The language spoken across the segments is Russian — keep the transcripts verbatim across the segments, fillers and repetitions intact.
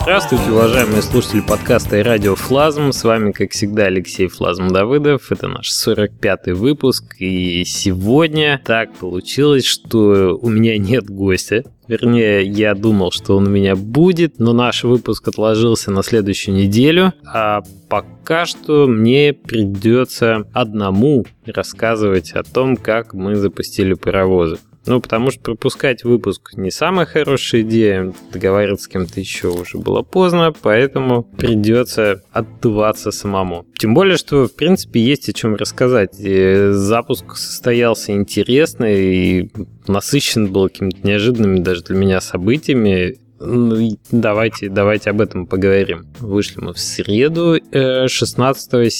Здравствуйте, уважаемые слушатели подкаста и радио Флазм. С вами, как всегда, Алексей Флазм Давыдов. Это наш сорок пятый выпуск. И сегодня так получилось, что у меня нет гостя. Вернее, я думал, что он у меня будет, но наш выпуск отложился на следующую неделю. А пока что мне придется одному рассказывать о том, как мы запустили паровозы. Ну, потому что пропускать выпуск не самая хорошая идея, договариваться с кем-то еще уже было поздно, поэтому придется отдуваться самому. Тем более, что, в принципе, есть о чем рассказать. И запуск состоялся интересно и насыщен был какими-то неожиданными даже для меня событиями. Ну, давайте, давайте об этом поговорим. Вышли мы в среду, шестнадцатого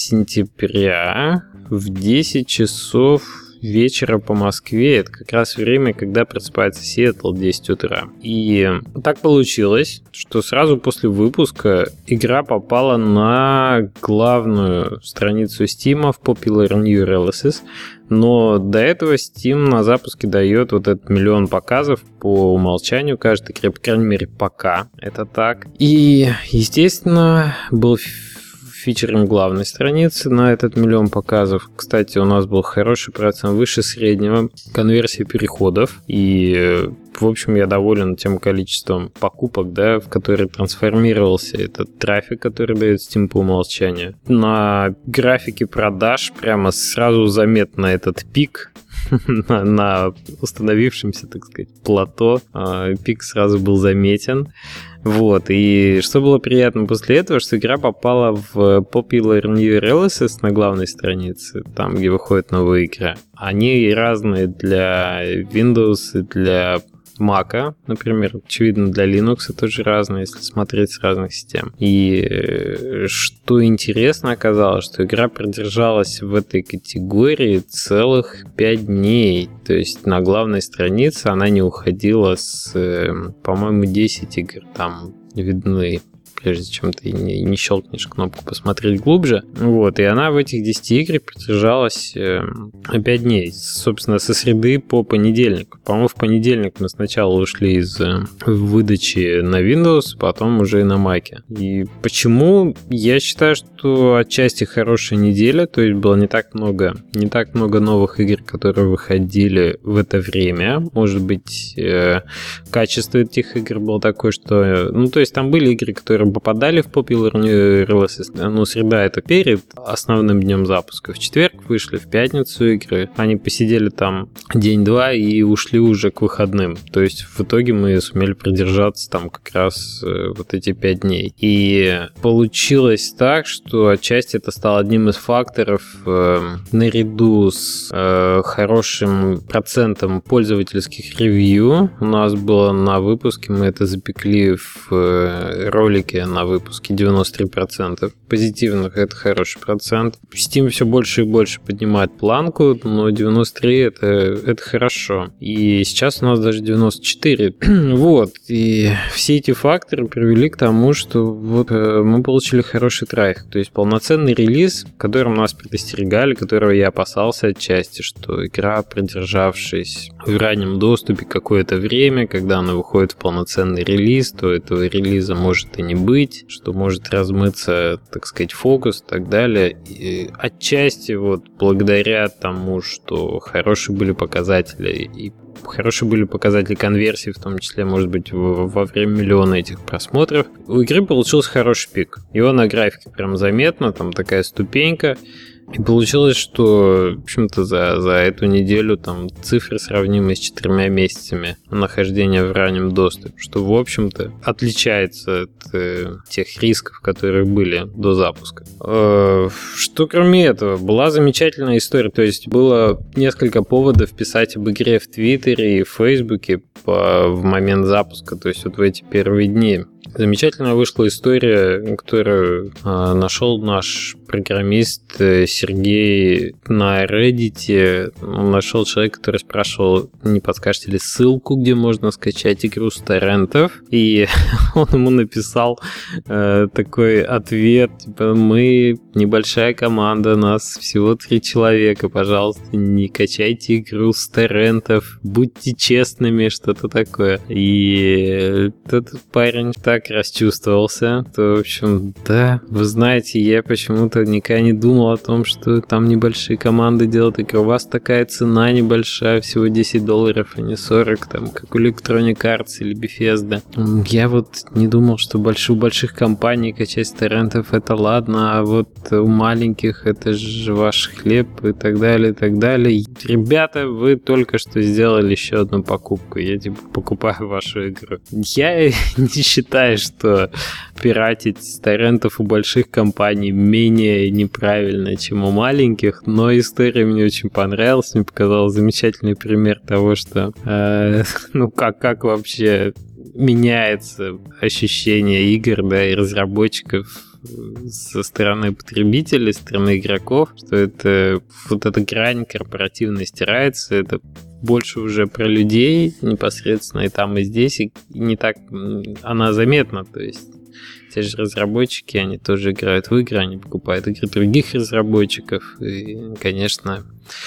сентября в десять часов вечера по Москве. Это как раз время, когда просыпается Сиэтл, десять утра. И так получилось, что сразу после выпуска игра попала на главную страницу Steam в Popular New Releases. Но до этого Steam на запуске дает вот этот миллион показов по умолчанию каждой игре, по крайней мере, пока это так. И, естественно, был фичером главной страницы на этот миллион показов. Кстати, у нас был хороший процент выше среднего конверсии переходов. И, в общем, я доволен тем количеством покупок, да, в которые трансформировался этот трафик, который дает Steam по умолчанию. На графике продаж прямо сразу заметно этот пик на, на установившемся, так сказать, плато. Пик сразу был заметен. Вот, и что было приятно после этого, что игра попала в Popular New Releases на главной странице, там, где выходит новая игра. Они разные для Windows и для Mac, например, очевидно, для Linux тоже разные, если смотреть с разных систем. И что интересно оказалось, что игра продержалась в этой категории целых пять дней. То есть на главной странице она не уходила с, по-моему, десять игр. Там видны, прежде чем ты не, не щелкнешь кнопку «Посмотреть глубже». Вот, и она в этих десяти играх продержалась э, пять дней. Собственно, со среды по понедельник. По-моему, в понедельник мы сначала ушли из э, выдачи на Windows, потом уже и на Mac. И почему? Я считаю, что отчасти хорошая неделя, то есть было не так много, не так много новых игр, которые выходили в это время. Может быть, э, качество этих игр было такое, что... Э, ну, то есть там были игры, которые попадали в Popular New Releases. Ну, среда — это перед основным днем запуска. В четверг вышли, в пятницу игры. Они посидели там день-два и ушли уже к выходным. То есть в итоге мы сумели продержаться там как раз э, вот эти пять дней. И получилось так, что отчасти это стало одним из факторов э, наряду с э, хорошим процентом пользовательских ревью. У нас было на выпуске, мы это запекли в э, ролике на выпуске девяносто три процента позитивных, это хороший процент. Steam все больше и больше поднимает планку, но девяносто три это, это хорошо. И сейчас у нас даже девяносто четыре. Вот. И все эти факторы привели к тому, что вот мы получили хороший трафик. То есть полноценный релиз, которым нас предостерегали, которого я опасался отчасти, что игра, продержавшись в раннем доступе какое-то время, когда она выходит в полноценный релиз, то этого релиза может и не быть, что может размыться, так сказать, фокус и так далее. И отчасти вот благодаря тому, что хорошие были показатели и хорошие были показатели конверсии, в том числе, может быть, во время миллиона этих просмотров, у игры получился хороший пик. Его на графике прям заметно, там такая ступенька. И получилось, что, в общем-то, за, за эту неделю там цифры сравнимы с четырьмя месяцами нахождения в раннем доступе, что, в общем-то, отличается от э, тех рисков, которые были до запуска. Э, что кроме этого, была замечательная история, то есть было несколько поводов писать об игре в Твиттере и в Фейсбуке по, в момент запуска, то есть вот в эти первые дни. Замечательно вышла история, которую э, нашел наш программист Сергей на Reddit. Он нашел человека, который спрашивал, не подскажете ли ссылку, где можно скачать игру с торрентов. И он ему написал э, такой ответ, типа, мы небольшая команда, нас всего три человека, пожалуйста, не качайте игру с торрентов, будьте честными, что-то такое. И этот парень так расчувствовался, то, в общем, да, вы знаете, я почему-то никогда не думал о том, что там небольшие команды делают игры. У вас такая цена небольшая, всего десять долларов, а не сорок, там, как у Electronic Arts или Bethesda. Я вот не думал, что больш... у больших компаний качать с торрентов это ладно, а вот у маленьких это же ваш хлеб и так далее, и так далее. Ребята, вы только что сделали еще одну покупку. Я типа покупаю вашу игру. Я не считаю, что пиратить с торрентов у больших компаний менее неправильно, чем у маленьких, но история мне очень понравилась, мне показалось замечательный пример того, что э, ну как, как вообще меняется ощущение игр, да, и разработчиков со стороны потребителей, со стороны игроков, что это вот эта грань корпоративная стирается, это больше уже про людей непосредственно и там, и здесь, и не так она заметна, то есть те же разработчики, они тоже играют в игры, они покупают игры других разработчиков, и, конечно,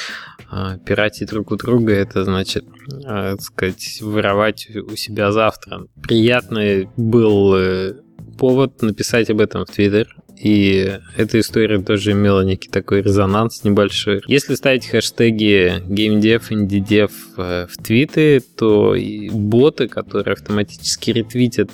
пиратить друг у друга, это значит, так сказать, воровать у себя завтра. Приятный был повод написать об этом в Твиттер, и эта история тоже имела некий такой резонанс небольшой. Если ставить хэштеги GameDev, IndieDev в твиты, то и боты, которые автоматически ретвитят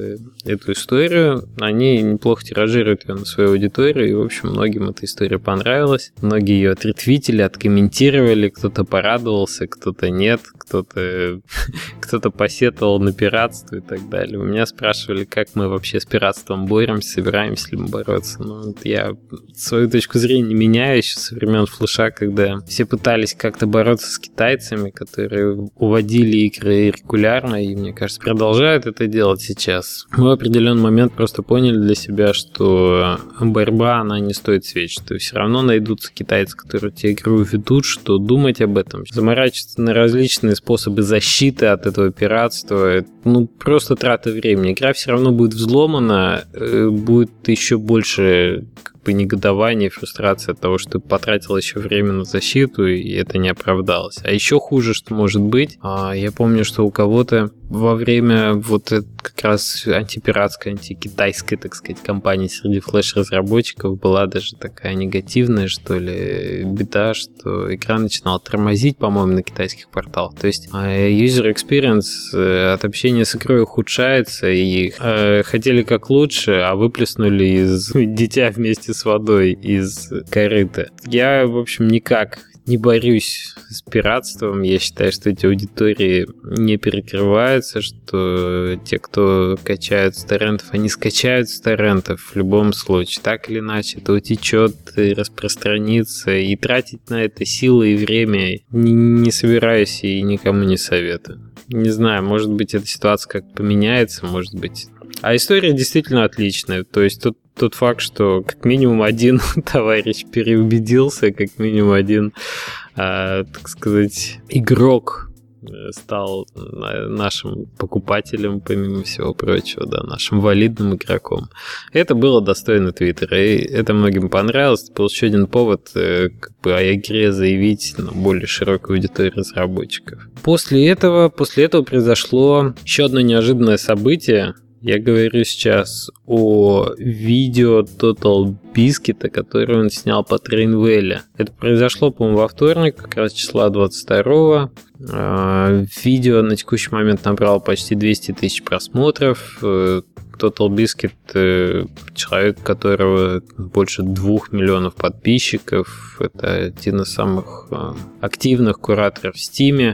эту историю, они неплохо тиражируют ее на свою аудиторию, и, в общем, многим эта история понравилась. Многие ее отретвитили, откомментировали, кто-то порадовался, кто-то нет, кто-то, кто-то посетовал на пиратство и так далее. У меня спрашивали, как мы вообще с пиратством боремся, собираемся ли мы бороться. Ну, я свою точку зрения меняю еще со времен флеша, когда все пытались как-то бороться с китайцами, которые уводили игры регулярно, и, мне кажется, продолжают это делать сейчас. Мы в определенный момент просто поняли для себя, что борьба, она не стоит свеч, что все равно найдутся китайцы, которые тебе игру уведут, что думать об этом, заморачиваться на различные способы защиты от этого пиратства, ну, просто трата времени. Игра все равно будет взломана, будет еще больше как бы негодование, фрустрация от того, что ты потратил еще время на защиту, и это не оправдалось. А еще хуже, что может быть, я помню, что у кого-то во время вот как раз антипиратской, антикитайской, так сказать, кампании среди флеш-разработчиков была даже такая негативная, что ли, беда, что игра начинала тормозить, по-моему, на китайских порталах. То есть user experience от общения с игрой ухудшается, и хотели как лучше, а выплеснули из дитя вместе с водой из корыта. Я, в общем, никак не борюсь с пиратством. Я считаю, что эти аудитории не перекрываются, что те, кто качают с торрентов, они скачают с торрентов в любом случае. Так или иначе, это утечет и распространится, и тратить на это силы и время не, не собираюсь и никому не советую. Не знаю, может быть, эта ситуация как поменяется, может быть. А история действительно отличная. То есть тут тот факт, что как минимум один товарищ переубедился, как минимум один, э, так сказать, игрок стал нашим покупателем, помимо всего прочего, да, нашим валидным игроком. Это было достойно Твиттера, и это многим понравилось. Это был еще один повод как бы о игре заявить на более широкую аудиторию разработчиков. После этого, после этого произошло еще одно неожиданное событие. Я говорю сейчас о видео Total Biscuit, которое он снял по Trainwell. Это произошло, по-моему, во вторник, как раз числа двадцать второго. Видео на текущий момент набрало почти двести тысяч просмотров. Total Biscuit, человек, у которого больше двух миллионов подписчиков. Это один из самых активных кураторов в Steam.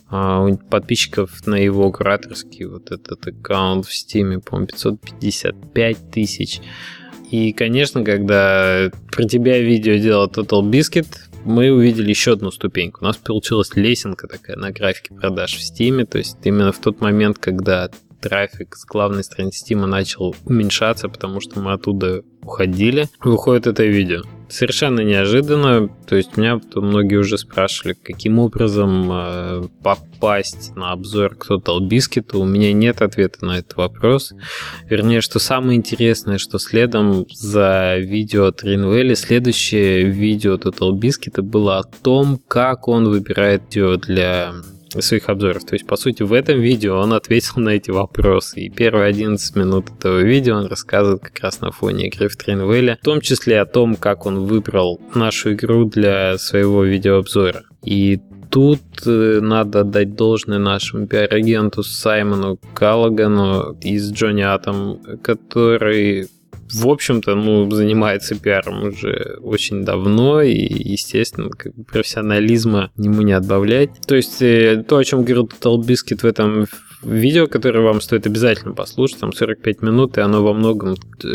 У подписчиков на его кураторский вот этот аккаунт в Steam, по-моему, пятьсот пятьдесят пять тысяч. И, конечно, когда про тебя видео делал Total Biscuit, мы увидели еще одну ступеньку. У нас получилась лесенка такая на графике продаж в Steam. То есть именно в тот момент, когда трафик с главной страницы Steam начал уменьшаться, потому что мы оттуда уходили, выходит это видео. Совершенно неожиданно. То есть меня многие уже спрашивали, каким образом э, попасть на обзор к Total Biscuit. У меня нет ответа на этот вопрос. Вернее, что самое интересное, что следом за видео от Trainwell, следующее видео Total Biscuit было о том, как он выбирает видео для своих обзоров. То есть, по сути, в этом видео он ответил на эти вопросы. И первые одиннадцать минут этого видео он рассказывает как раз на фоне игры в Trainwell, в том числе о том, как он выбрал нашу игру для своего видеообзора. И тут надо дать должное нашему пиар-агенту Саймону Каллагану из Johnny Atom, который, в общем-то, ну, занимается пиаром уже очень давно, и, естественно, как бы профессионализма ему не отбавлять. То есть то, о чем говорил TotalBiscuit в этом видео, которое вам стоит обязательно послушать, там сорок пять минут, и оно во многом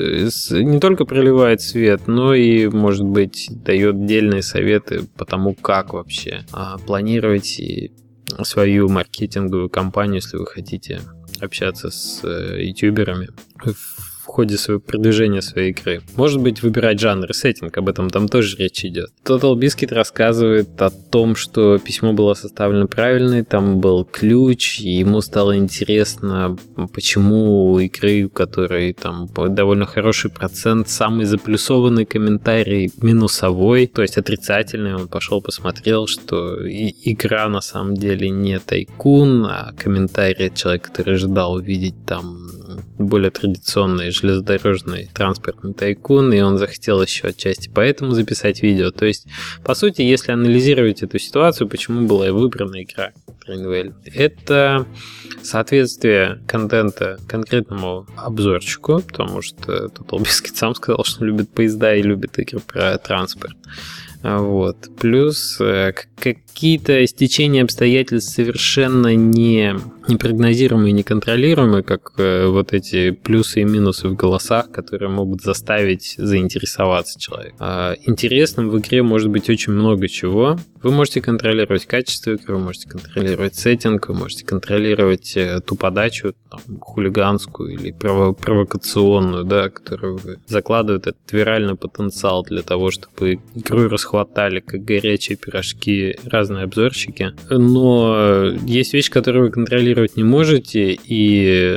не только проливает свет, но и, может быть, дает дельные советы по тому, как вообще планировать свою маркетинговую кампанию, если вы хотите общаться с ютуберами в ходе своего продвижения своей игры. Может быть, выбирать жанр и сеттинг, об этом там тоже речь идет. TotalBiscuit рассказывает о том, что письмо было составлено правильно, там был ключ, и ему стало интересно, почему у игры, у которой там довольно хороший процент, самый заплюсованный комментарий минусовой, то есть отрицательный. Он пошел посмотрел, что и игра на самом деле не тайкун, а комментарий от человека, который ожидал увидеть там более традиционный железнодорожный транспортный тайкун, и он захотел еще отчасти поэтому записать видео. То есть, по сути, если анализировать эту ситуацию, почему была выбрана игра Trainwell, это соответствие контента конкретному обзорчику, потому что TotalBiscuit сам сказал, что любит поезда и любит игры про транспорт. Вот. Плюс какие-то стечения обстоятельств совершенно не непрогнозируемые, неконтролируемые, как вот эти плюсы и минусы в голосах, которые могут заставить заинтересоваться человека. Интересным в игре может быть очень много чего. Вы можете контролировать качество игры, вы можете контролировать сеттинг, вы можете контролировать ту подачу, там, хулиганскую или прово- провокационную, да, которую закладывает этот виральный потенциал для того, чтобы игру расхватали как горячие пирожки разные обзорщики. Но есть вещи, которые вы контролируете не можете, и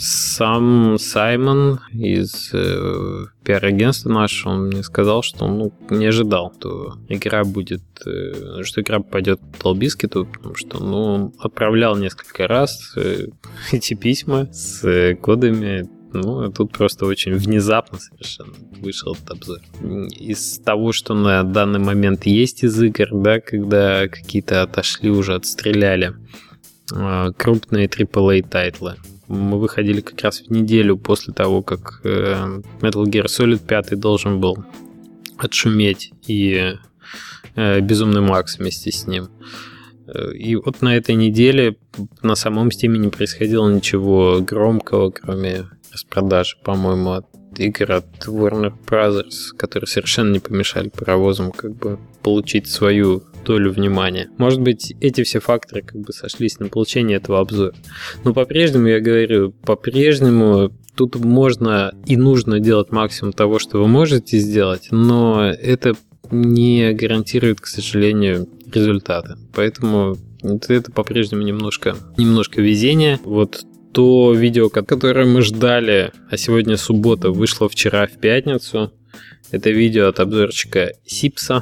сам Саймон из э, пиар-агентства нашего, он мне сказал, что он ну, не ожидал, что игра будет, э, что игра попадет к TotalBiscuit, потому что ну, он отправлял несколько раз э, эти письма с э, кодами. Ну, тут просто очень внезапно совершенно вышел этот обзор. Из того, что на данный момент есть из игр, да, когда какие-то отошли, уже отстреляли крупные трипл эй тайтлы. Мы выходили как раз в неделю после того, как Metal Gear Solid пять должен был отшуметь, и Безумный Макс вместе с ним. И вот на этой неделе на самом Steam не происходило ничего громкого, кроме распродажи, по-моему, от игр от Warner Brothers, которые совершенно не помешали паровозам как бы получить свою долю внимания. Может быть, эти все факторы как бы сошлись на получение этого обзора. Но по-прежнему, я говорю, по-прежнему тут можно и нужно делать максимум того, что вы можете сделать, но это не гарантирует, к сожалению, результаты. Поэтому это по-прежнему немножко, немножко везение. Вот то видео, которое мы ждали, а сегодня суббота, вышло вчера в пятницу. Это видео от обзорчика Сипса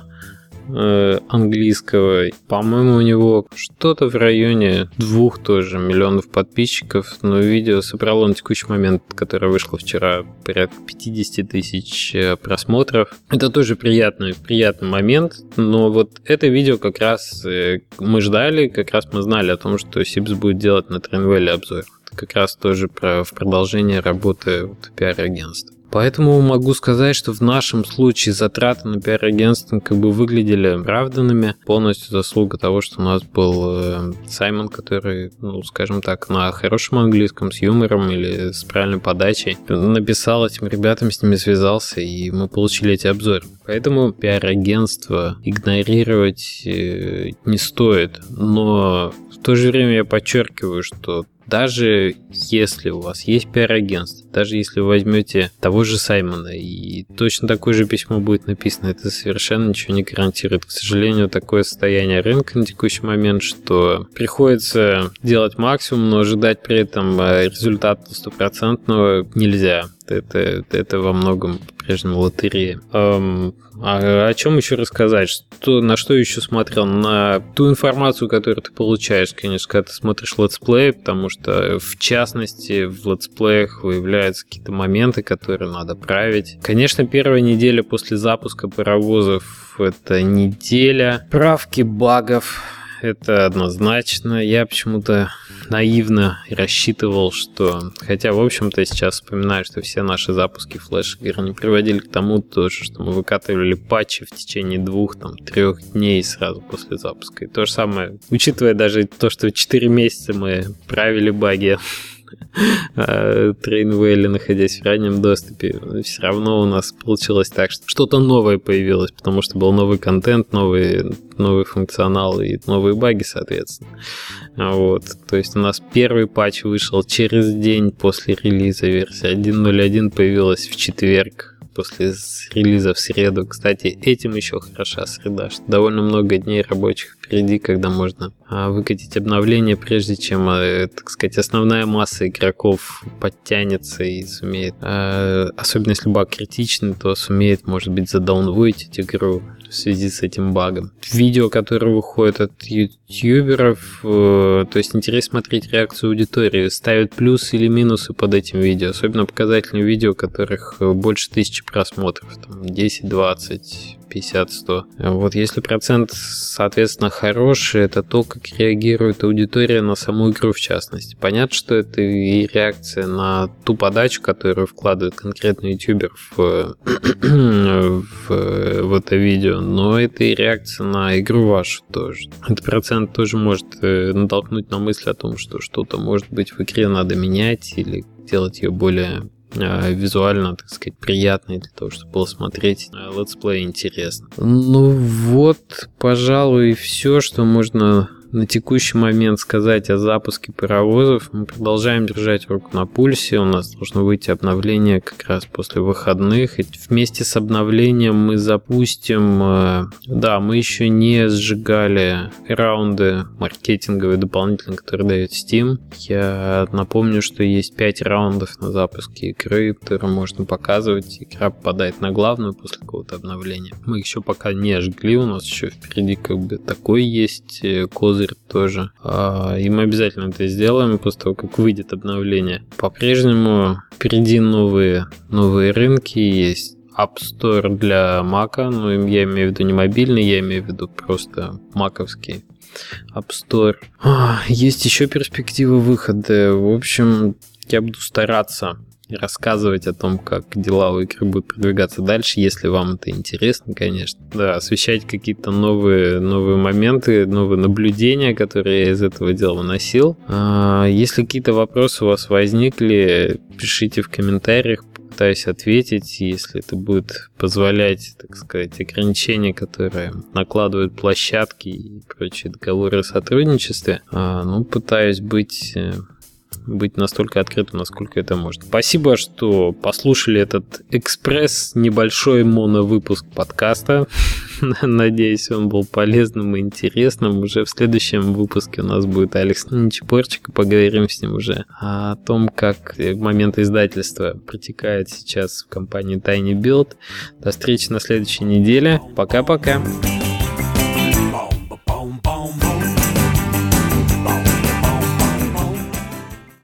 э, английского. По-моему, у него что-то в районе двух тоже миллионов подписчиков. Но видео собрало на текущий момент, которое вышло вчера, порядка пятьдесят тысяч просмотров. Это тоже приятный, приятный момент. Но вот это видео как раз э, мы ждали, как раз мы знали о том, что Сипс будет делать на Trainwell обзор. Как раз тоже про, в продолжение работы вот, пиар-агентства. Поэтому могу сказать, что в нашем случае затраты на пиар-агентство как бы выглядели оправданными. Полностью заслуга того, что у нас был э, Саймон, который, ну, скажем так, на хорошем английском, с юмором или с правильной подачей написал этим ребятам, с ними связался, и мы получили эти обзоры. Поэтому пиар-агентство игнорировать э, не стоит. Но в то же время я подчеркиваю, что даже если у вас есть пиар-агентство, даже если вы возьмете того же Саймона и точно такое же письмо будет написано, это совершенно ничего не гарантирует. К сожалению, такое состояние рынка на текущий момент, что приходится делать максимум, но ожидать при этом результата стопроцентного нельзя. Это, это во многом по-прежнему лотерея. Эм, а о чем еще рассказать? Что, на что еще смотрел? На ту информацию, которую ты получаешь, конечно, когда ты смотришь летсплей, потому что, в частности, в летсплеях выявляются какие-то моменты, которые надо править. Конечно, первая неделя после запуска паровозов — это неделя правки багов. Это однозначно. Я почему-то наивно рассчитывал, что... Хотя, в общем-то, сейчас вспоминаю, что все наши запуски флеш-игр не приводили к тому тоже, что мы выкатывали патчи в течение двух, там, трех дней сразу после запуска. И то же самое, учитывая даже то, что четыре месяца мы правили баги Трейнвейли, находясь в раннем доступе, все равно у нас получилось так, что что-то новое появилось, потому что был новый контент, новый, новый функционал и новые баги, соответственно. Вот. То есть у нас первый патч вышел через день после релиза, версия один ноль один появилась в четверг после релиза в среду. Кстати, этим еще хороша среда, что довольно много дней рабочих впереди, когда можно выкатить обновление, прежде чем, так сказать, основная масса игроков подтянется и сумеет, особенно если баг критичный, то сумеет, может быть, задаунвойтить игру в связи с этим багом. Видео, которые выходят от ютуберов, то есть интересно смотреть реакцию аудитории, ставят плюсы или минусы под этим видео, особенно показательные видео, у которых больше тысячи просмотров, там десять, двадцать, пятьдесят, сто. Вот если процент, соответственно, хороший, это то, как реагирует аудитория на саму игру в частности. Понятно, что это и реакция на ту подачу, которую вкладывает конкретный ютубер в, в, в это видео, но это и реакция на игру вашу тоже. Этот процент тоже может натолкнуть на мысль о том, что что-то, может быть, в игре надо менять или делать ее более визуально, так сказать, приятный для того, чтобы было смотреть летсплей интересно. Ну вот, пожалуй, все, что можно на текущий момент сказать о запуске паровозов. Мы продолжаем держать руку на пульсе. У нас должно выйти обновление как раз после выходных. И вместе с обновлением мы запустим... Да, мы еще не сжигали раунды маркетинговые дополнительные, которые дает Steam. Я напомню, что есть пять раундов на запуске игры, которые можно показывать. Игра попадает на главную после какого-то обновления. Мы еще пока не жгли. У нас еще впереди как бы такой есть козырь тоже. И мы обязательно это сделаем после того, как выйдет обновление. По-прежнему впереди новые, новые рынки. Есть App Store для Mac, но я имею в виду не мобильный, я имею в виду просто маковский App Store. Есть еще перспективы выхода. В общем, я буду стараться рассказывать о том, как дела у игры будут продвигаться дальше, если вам это интересно, конечно. Да, освещать какие-то новые, новые моменты, новые наблюдения, которые я из этого дела выносил. Если какие-то вопросы у вас возникли, пишите в комментариях, попытаюсь ответить, если это будет позволять, так сказать, ограничения, которые накладывают площадки и прочие договоры о сотрудничестве. Ну, пытаюсь быть... быть настолько открытым, насколько это можно. Спасибо, что послушали этот экспресс, небольшой моновыпуск подкаста. Надеюсь, он был полезным и интересным. Уже в следующем выпуске у нас будет Алекс Нечепорчик, и поговорим с ним уже о том, как момент издательства протекает сейчас в компании TinyBuild. До встречи на следующей неделе. Пока-пока.